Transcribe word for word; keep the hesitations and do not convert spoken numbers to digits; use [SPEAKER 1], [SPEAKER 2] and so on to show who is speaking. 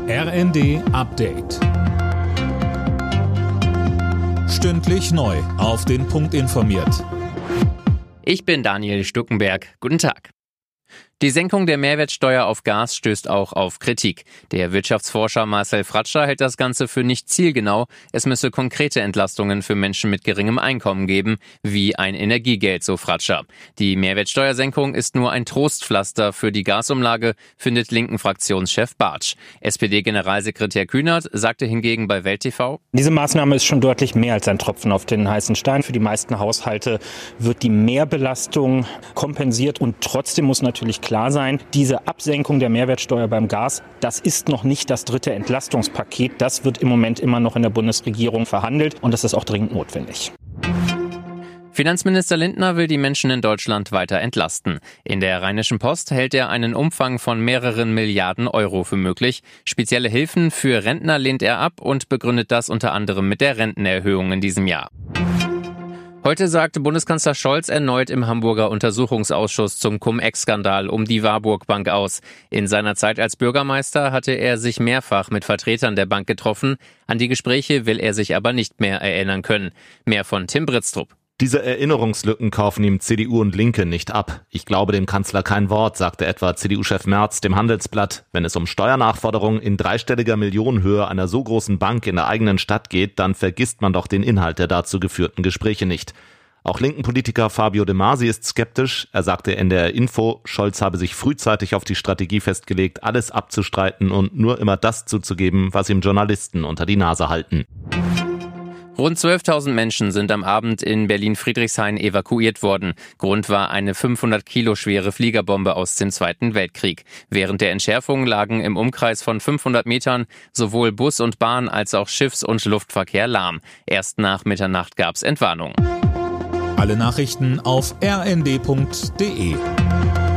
[SPEAKER 1] R N D Update. Stündlich neu auf den Punkt informiert.
[SPEAKER 2] Ich bin Daniel Stuckenberg. Guten Tag. Die Senkung der Mehrwertsteuer auf Gas stößt auch auf Kritik. Der Wirtschaftsforscher Marcel Fratscher hält das Ganze für nicht zielgenau. Es müsse konkrete Entlastungen für Menschen mit geringem Einkommen geben, wie ein Energiegeld, so Fratscher. Die Mehrwertsteuersenkung ist nur ein Trostpflaster für die Gasumlage, findet linken Fraktionschef Bartsch. S P D-Generalsekretär Kühnert sagte hingegen bei Welt T V:
[SPEAKER 3] Diese Maßnahme ist schon deutlich mehr als ein Tropfen auf den heißen Stein. Für die meisten Haushalte wird die Mehrbelastung kompensiert und trotzdem muss natürlich klar sein, diese Absenkung der Mehrwertsteuer beim Gas, das ist noch nicht das dritte Entlastungspaket. Das wird im Moment immer noch in der Bundesregierung verhandelt und das ist auch dringend notwendig.
[SPEAKER 2] Finanzminister Lindner will die Menschen in Deutschland weiter entlasten. In der Rheinischen Post hält er einen Umfang von mehreren Milliarden Euro für möglich. Spezielle Hilfen für Rentner lehnt er ab und begründet das unter anderem mit der Rentenerhöhung in diesem Jahr. Heute sagte Bundeskanzler Scholz erneut im Hamburger Untersuchungsausschuss zum Cum-Ex-Skandal um die Warburg Bank aus. In seiner Zeit als Bürgermeister hatte er sich mehrfach mit Vertretern der Bank getroffen. An die Gespräche will er sich aber nicht mehr erinnern können. Mehr von Tim Britztrup.
[SPEAKER 4] Diese Erinnerungslücken kaufen ihm C D U und Linke nicht ab. Ich glaube dem Kanzler kein Wort, sagte etwa C D U-Chef Merz dem Handelsblatt. Wenn es um Steuernachforderungen in dreistelliger Millionenhöhe einer so großen Bank in der eigenen Stadt geht, dann vergisst man doch den Inhalt der dazu geführten Gespräche nicht. Auch linken Politiker Fabio De Masi ist skeptisch. Er sagte in der Info, Scholz habe sich frühzeitig auf die Strategie festgelegt, alles abzustreiten und nur immer das zuzugeben, was ihm Journalisten unter die Nase halten.
[SPEAKER 2] Rund zwölftausend Menschen sind am Abend in Berlin-Friedrichshain evakuiert worden. Grund war eine fünfhundert Kilo schwere Fliegerbombe aus dem Zweiten Weltkrieg. Während der Entschärfung lagen im Umkreis von fünfhundert Metern sowohl Bus und Bahn als auch Schiffs- und Luftverkehr lahm. Erst nach Mitternacht gab's Entwarnung.
[SPEAKER 1] Alle Nachrichten auf r n d punkt d e.